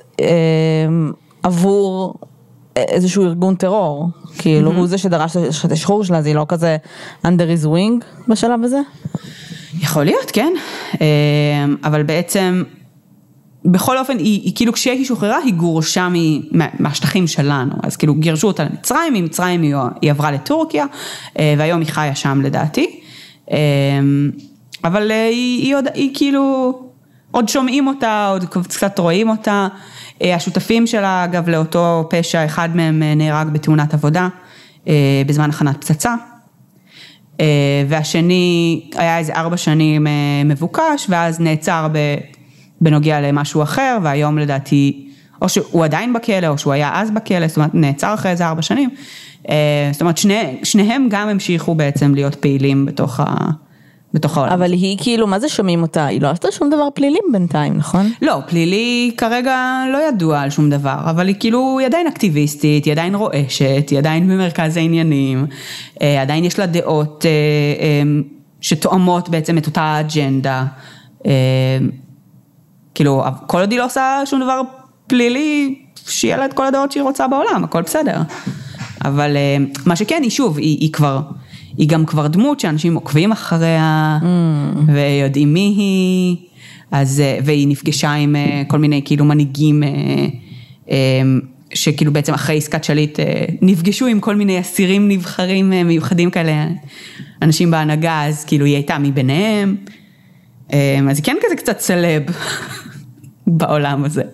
עבור איזשהו ארגון טרור. כאילו, הוא זה שדרש את השחרור שלה, אז היא לא כזה under his wing בשלב הזה? יכול להיות, כן. אבל בעצם, בכל אופן, היא כאילו כשהיא שוחררה, היא גורשה מהשטחים שלנו. אז כאילו, גירשו אותה למצרים, ממצרים היא עברה לטורקיה, והיום היא חיה שם לדעתי. אבל היא כאילו, עוד שומעים אותה, עוד קצת רואים אותה. השותפים שלה, אגב, לאותו פשע, אחד מהם נהרג בתאונת עבודה, בזמן הכנת פצצה. והשני היה איזה 4 שנים מבוקש, ואז נעצר בנוגע למשהו אחר, והיום לדעתי, או שהוא עדיין בכלא, או שהוא היה אז בכלא, זאת אומרת, נעצר אחרי איזה 4 שנים. זאת אומרת, שניהם גם המשיכו בעצם להיות פעילים בתוך העולם. אבל היא כאילו, מה זה שומעים אותה? היא לא עשתה שום דבר פלילי בינתיים, נכון? לא, פלילי כרגע לא ידוע על שום דבר, אבל היא כאילו, היא עדיין אקטיביסטית, היא עדיין רועשת, היא עדיין במרכז העניינים, עדיין יש לה דעות שתואמות בעצם את אותה אג'נדה, כאילו, כל עוד היא לא עושה שום דבר פלילי, שיהיה לה את כל הדעות שהיא רוצה בעולם, הכל בסדר. אבל מה שכן, היא שוב, היא גם כבר דמות שאנשים עוקבים אחריה, ויודעים מי היא, והיא נפגשה עם כל מיני כאילו מנהיגים, שכאילו בעצם אחרי עסקת שליט, נפגשו עם כל מיני אסירים נבחרים מיוחדים כאלה, אנשים בהנהגה, אז כאילו היא הייתה מביניהם, אז היא כן כזה קצת סלב בעולם הזה.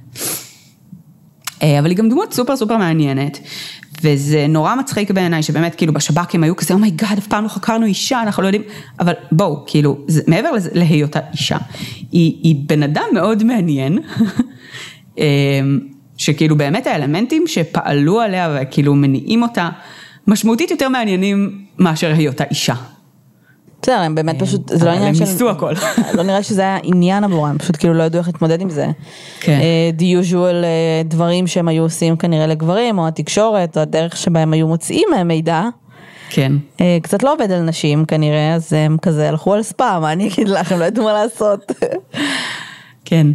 אבל היא גם דמות סופר סופר מעניינת, וזה נורא מצחיק בעיניי, שבאמת כאילו בשב"כ הם היו כזה, אומייגאד, אף פעם לא חקרנו אישה, אנחנו לא יודעים, אבל בואו, כאילו, מעבר להיותה אישה, היא בן אדם מאוד מעניין, שכאילו באמת האלמנטים שפעלו עליה, וכאילו מניעים אותה, משמעותית יותר מעניינים מאשר היותה אישה. בסדר, הם באמת פשוט, זה לא עניין של... הם ניסו הכל. לא נראה שזה היה עניין עבורם, פשוט כאילו לא ידעו איך להתמודד עם זה. כן. The usual דברים שהם היו עושים כנראה לגברים, או התקשורת, או הדרך שבהם היו מוצאים מידע. כן. קצת לא עובד על נשים כנראה, אז הם כזה הלכו על ספא, מה אני אגיד לך, הם לא ידעו מה לעשות. כן.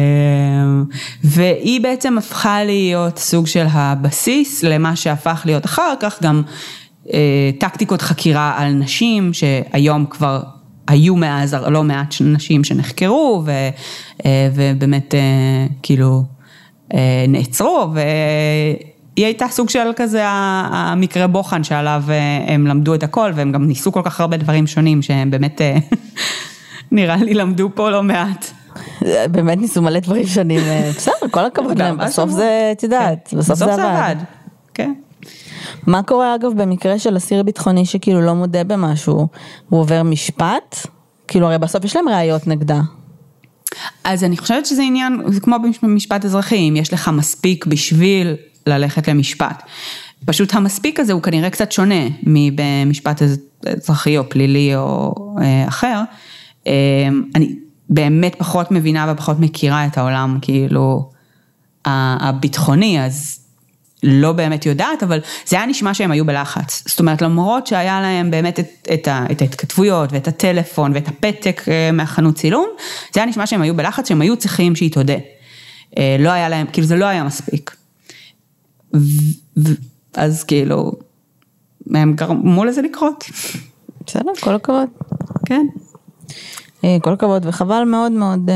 והיא בעצם הפכה להיות סוג של הבסיס, למה שהפך להיות אחר כך גם... טקטיקות חקירה על נשים, שהיום כבר היו מאז לא מעט נשים שנחקרו, ובאמת כאילו נעצרו, והיא הייתה סוג של כזה המקרה בוחן שעליו הם למדו את הכל, והם גם ניסו כל כך הרבה דברים שונים, שהם באמת נראה לי למדו פה לא מעט. באמת ניסו מלא דברים שונים, בסדר, כל הכבוד להם, בסוף זה, תדעת, בסוף זה עבד. כן. מה קורה אגב במקרה של אסיר ביטחוני שכאילו לא מודה במשהו, הוא עובר משפט? כאילו הרי בסוף יש להם ראיות נגדה. אז אני חושבת שזה עניין, זה כמו במשפט אזרחי, אם יש לך מספיק בשביל ללכת למשפט. פשוט המספיק הזה הוא כנראה קצת שונה מבמשפט אזרחי או פלילי או אחר. אני באמת פחות מבינה ופחות מכירה את העולם כאילו הביטחוני, אז לא באמת יודעת, אבל זה היה נשמע שהם היו בלחץ. זאת אומרת, למרות שהיה להם באמת את ההתכתבויות ואת הטלפון ואת הפתק מהחנות צילום, זה היה נשמע שהם היו בלחץ, שהם היו צריכים שהיא תודה. לא היה להם, כאילו זה לא היה מספיק. אז כאילו, הם גרמו לזה לקרות. בסדר, כל הכבוד. כן. כל הכבוד, וחבל מאוד מאוד,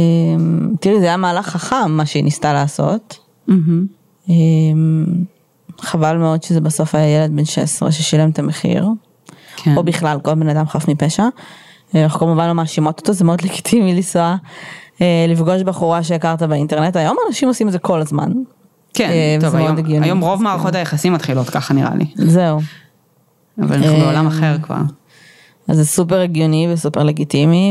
תראי, זה היה מהלך חכם, מה שהיא ניסתה לעשות. חבל מאוד שזה בסוף היה ילד בן 16 ששילם את המחיר, כן. או בכלל כל בן אדם חף מפשע. אנחנו כמובן לא מאשימות אותו, זה מאוד לגיטימי לנסוע, לפגוש בחורה שהכרת באינטרנט, היום אנשים עושים את זה כל הזמן. כן, טוב, היום רוב מערכות היחסים מתחילות ככה נראה לי. זהו. אבל אנחנו בעולם אחר כבר. אז זה סופר הגיוני וסופר לגיטימי,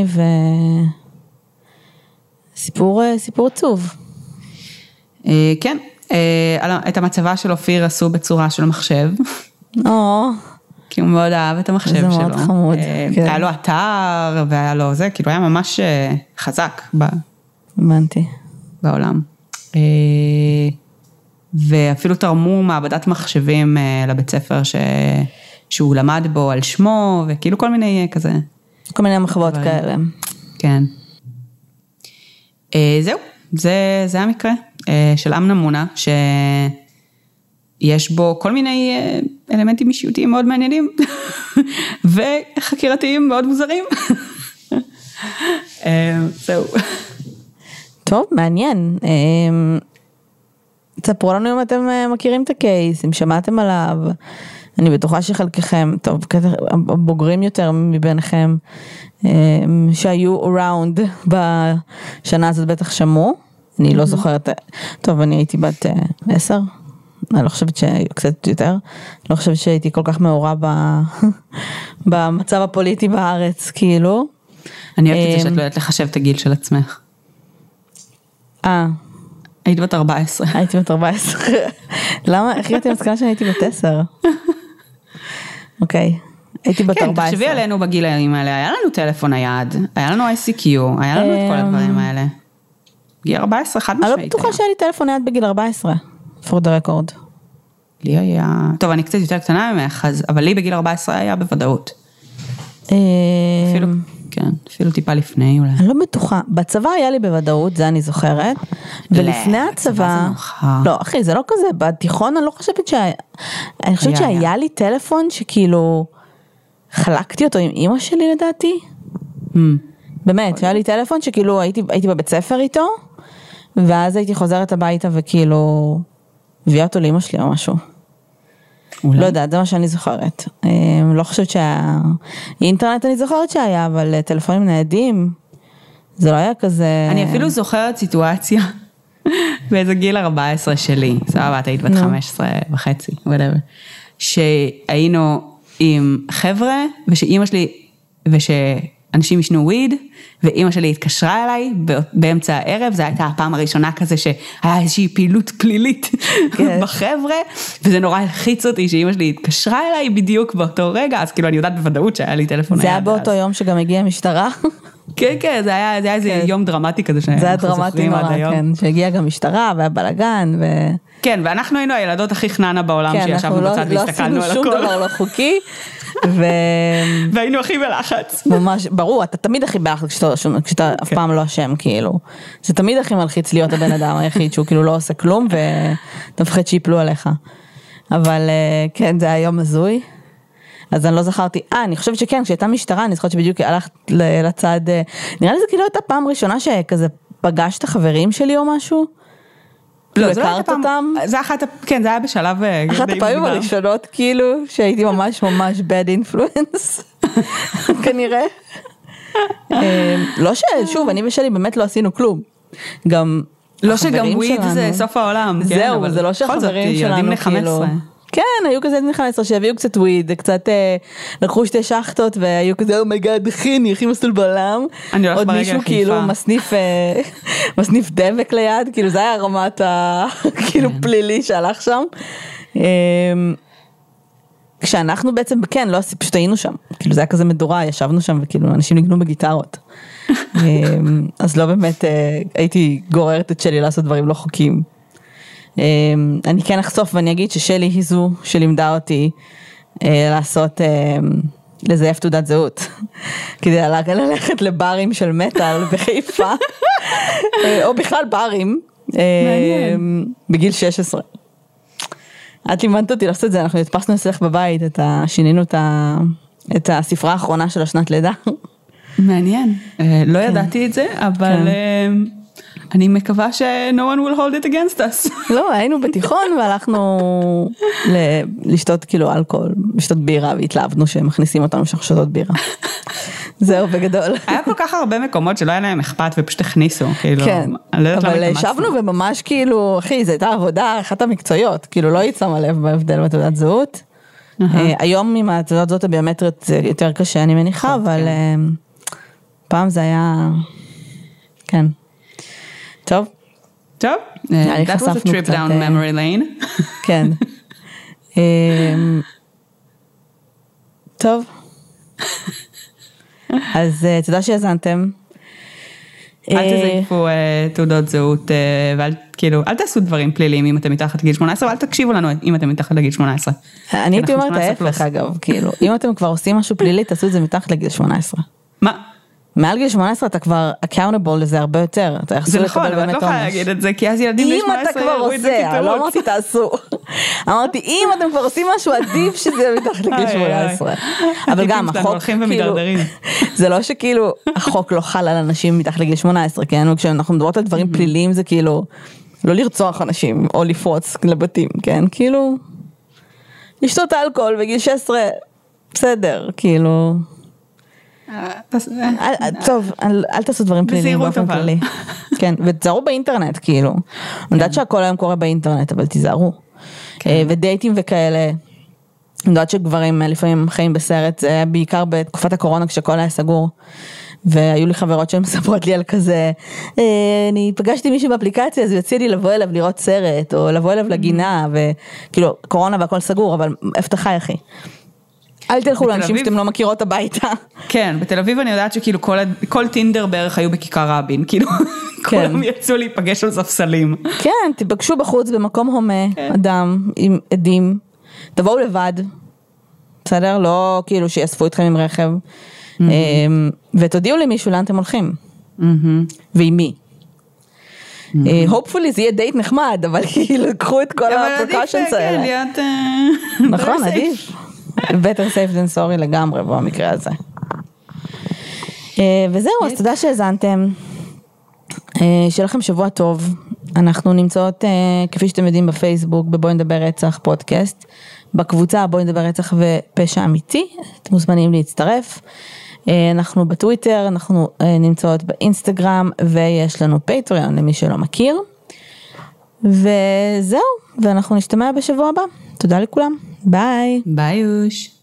סיפור עצוב. כן, את המצבה של אופיר עשו בצורה של מחשב. כי הוא מאוד אהב את המחשב שלו. זה מאוד חמוד. היה לו אתר והיה לו זה, כאילו היה ממש חזק הבנתי. בעולם. ואפילו תרמו מעבדת מחשבים לבית ספר שהוא למד בו על שמו, וכאילו כל מיני כזה. כל מיני מחוות כאלה. כן. זהו, זה המקרה של עם נמונה, שיש בו כל מיני אלמנטים אישיותיים מאוד מעניינים, וחקירתיים מאוד מוזרים. זהו. טוב, מעניין. תספרו לנו אם אתם מכירים את הקייס, אם שמעתם עליו. אני בטוחה שחלקכם, טוב, הבוגרים יותר מביניכם, שהיו around בשנה הזאת בטח שמעו. אני לא זוכרת, טוב, אני הייתי בת 10, אני לא חושבת שקצת יותר, לא חושבת שהייתי כל כך מעורה במצב הפוליטי בארץ, כאילו. אני אוהבת את זה שאת לא יודעת לחשב את הגיל של עצמך. היית בת 14. הייתי בת 14. למה? איך הגעתי למסקנה שאני הייתי בת 10? אוקיי. הייתי בת 14. כן, תחשבי עלינו בגילאים האלה, היה לנו טלפון נייד, היה לנו ICQ, היה לנו את כל הדברים האלה. גיל 14, חד משמעית. אני לא בטוחה שהיה לי טלפון נייד בגיל 14, for the record. לי היה, טוב, אני קצת יותר קטנה ממך, אבל לי בגיל 14 היה בוודאות. אפילו, כן, אפילו טיפה לפני אולי. אני לא בטוחה, בצבא היה לי בוודאות, זה אני זוכרת, ולפני הצבא, לא אחי, זה לא כזה, בתיכון אני לא חושבת אני חושבת שהיה לי טלפון שכאילו, חלקתי אותו עם אמא שלי לדעתי, באמת, היה לי טלפון שכאילו הייתי בבית ספר איתו, ואז הייתי חוזרת הביתה וכאילו, הביאה אותו לאמא שלי או משהו. לא יודעת, זה מה שאני זוכרת. לא חושבת אינטרנט אני זוכרת שהיה, אבל טלפונים ניידים, זה לא היה כזה. אני אפילו זוכרת סיטואציה, באיזה גיל 14 שלי, סבבה, את היית בת 15 וחצי, whatever, שהיינו עם חבר'ה, ושאימא שלי, ושאנשים ישנו וויד, ואימא שלי התקשרה אליי באמצע הערב, זו הייתה הפעם הראשונה כזה שהיה איזושהי פעילות פלילית בחבר'ה, וזה נורא הלחיץ אותי שאימא שלי התקשרה אליי בדיוק באותו רגע, אז כאילו אני יודעת בוודאות שהיה לי טלפון. זה היה באותו יום שגם הגיעה משטרה? כן, כן, זה היה איזה יום דרמטי כזה שאנחנו זוכרים עד היום. כן, שהגיעה גם משטרה והבלגן כן, ואנחנו היינו הילדות הכי חננה בעולם שישבנו בצד והסתכלנו על הכל. לא עשינו שום דבר לא חוקי. והיינו הכי בלחץ. ממש, ברור, אתה תמיד הכי בלחץ כשאתה אף פעם לא אשם, כאילו. זה תמיד הכי מלחיץ להיות הבן אדם היחיד שהוא כאילו לא עושה כלום, ואתה מפחד שיפלו עליך. אבל כן, זה היה יום הזוי. אז אני לא זכרתי, אני חושבת שכן, כשהייתה משטרה, אני זוכרת שבדיוק הלכת לצד, נראה לי זה כאילו הייתה פעם ראשונה שכזה פגשת חברים שלי או משהו. לא, זה לא הייתה פעם, זה אחת, כן, זה היה בשלב אחת הפעמים הראשונות, כאילו, שהייתי ממש ממש bad influence, כנראה. לא שוב, אני ושלי באמת לא עשינו כלום. גם לא שגם וויד זה סוף העולם. זהו, זה לא שהחברים שלנו, כאילו. כן, היו כזה 15 שהביאו קצת וויד, קצת לקחו 2 שחטות והיו כזה, אומייגאד, הכי מסלול בעולם. עוד מישהו כאילו מסניף דבק ליד, כאילו זה היה רמת כאילו פלילי שהלך שם. כשאנחנו בעצם, כן, לא פשוט היינו שם, כאילו זה היה כזה מדורה, ישבנו שם וכאילו אנשים ניגנו בגיטרות. אז לא באמת הייתי גוררת את שלי לעשות דברים לא חוקיים. אני כן אחשוף ואני אגיד ששלי היא זו שלימדה אותי לעשות, לזייף תעודת זהות, כדי ללכת לברים של מטל בחיפה, או בכלל ברים, בגיל 16. את לימדת אותי לעשות את זה, אנחנו התפסנו אצלך בבית, שינינו את הספרה האחרונה של השנת לידה. מעניין, לא ידעתי את זה, אבל אני מקווה ש-no one will hold it against us. לא, היינו בתיכון והלכנו לשתות כאילו אלכוהול, לשתות בירה והתלהבנו שמכניסים אותנו שאנחנו שותות בירה. זהו בגדול. היה כל כך הרבה מקומות שלא היה להם אכפת ופשוט הכניסו, כאילו. כן, אבל ישבנו וממש כאילו, אחי, זו הייתה עבודה אחת המקצועיות, כאילו לא היית שמה לב בהבדל בתעודת זהות. היום עם התעודת זהות הביומטרית זה יותר קשה, אני מניחה, אבל פעם זה היה, כן. טוב. טוב, that was a trip down memory lane. כן. טוב. אז תודה שהזנתם. אל תזייפו תעודות זהות, וכאילו, אל תעשו דברים פליליים אם אתם מתחת לגיל 18, ואל תקשיבו לנו אם אתם מתחת לגיל 18. אני הייתי אומרת ההפך אגב, כאילו, אם אתם כבר עושים משהו פלילי, תעשו את זה מתחת לגיל 18. מה? מעל גיל 18 אתה כבר accountable לזה הרבה יותר, אתה יחסו לקבל באמת עונש. זה נכון, אבל את לא יכולה להגיד את זה, כי אז ילדים גיל 18 אם אתה כבר עושה, לא אמרתי תעשו. אמרתי, אם אתם כבר עושים משהו עדיף שזה יהיה מתחת לגיל 18. אבל גם החוק, כאילו, זה לא שכאילו החוק לא חל על אנשים מתחת לגיל 18, כן? וכשאנחנו מדברות על דברים פליליים זה כאילו, לא לרצוח אנשים או לפרוץ לבתים, כן? כאילו, לשתות אלכוהול בגיל 16, בסדר, כאילו... טוב, אל תעשו דברים פליליים באופן כללי. כן, ותזהרו באינטרנט, כאילו. אני יודעת שהכל היום קורה באינטרנט, אבל תיזהרו. ודייטים וכאלה, אני יודעת שגברים לפעמים חיים בסרט, זה היה בעיקר בתקופת הקורונה כשהכל היה סגור, והיו לי חברות שהן מספרות לי על כזה, אני פגשתי מישהו באפליקציה, אז הוא יוצא לי לבוא אליו לראות סרט, או לבוא אליו לגינה, וכאילו, קורונה והכל סגור, אבל איפה אתה חי, אחי? אל תלכו לאנשים שאתם לא מכירות הביתה. כן, בתל אביב אני יודעת שכאילו כל טינדר בערך היו בכיכר רבין, כאילו כולם יצאו להיפגש על ספסלים. כן, תיפגשו בחוץ במקום הומה, אדם עם עדים, תבואו לבד, בסדר? לא כאילו שיאספו אתכם עם רכב, ותודיעו למישהו לאן אתם הולכים, ועם מי. hopefully זה יהיה דייט נחמד, אבל כאילו קחו את כל הפרקושנס האלה. נכון, עדיף. better safe than sorry לגמרי במקרה הזה. וזהו, אז תודה שהזנתם. שיהיה לכם שבוע טוב. אנחנו נמצאות, כפי שאתם יודעים, בפייסבוק, בבואי נדבר רצח פודקאסט. בקבוצה בואי נדבר רצח ופשע אמיתי. אתם מוזמנים להצטרף. אנחנו בטוויטר, אנחנו נמצאות באינסטגרם, ויש לנו פטריון למי שלא מכיר. וזהו, ואנחנו נשתמע בשבוע הבא. תודה לכולם. ביי. ביי יוש.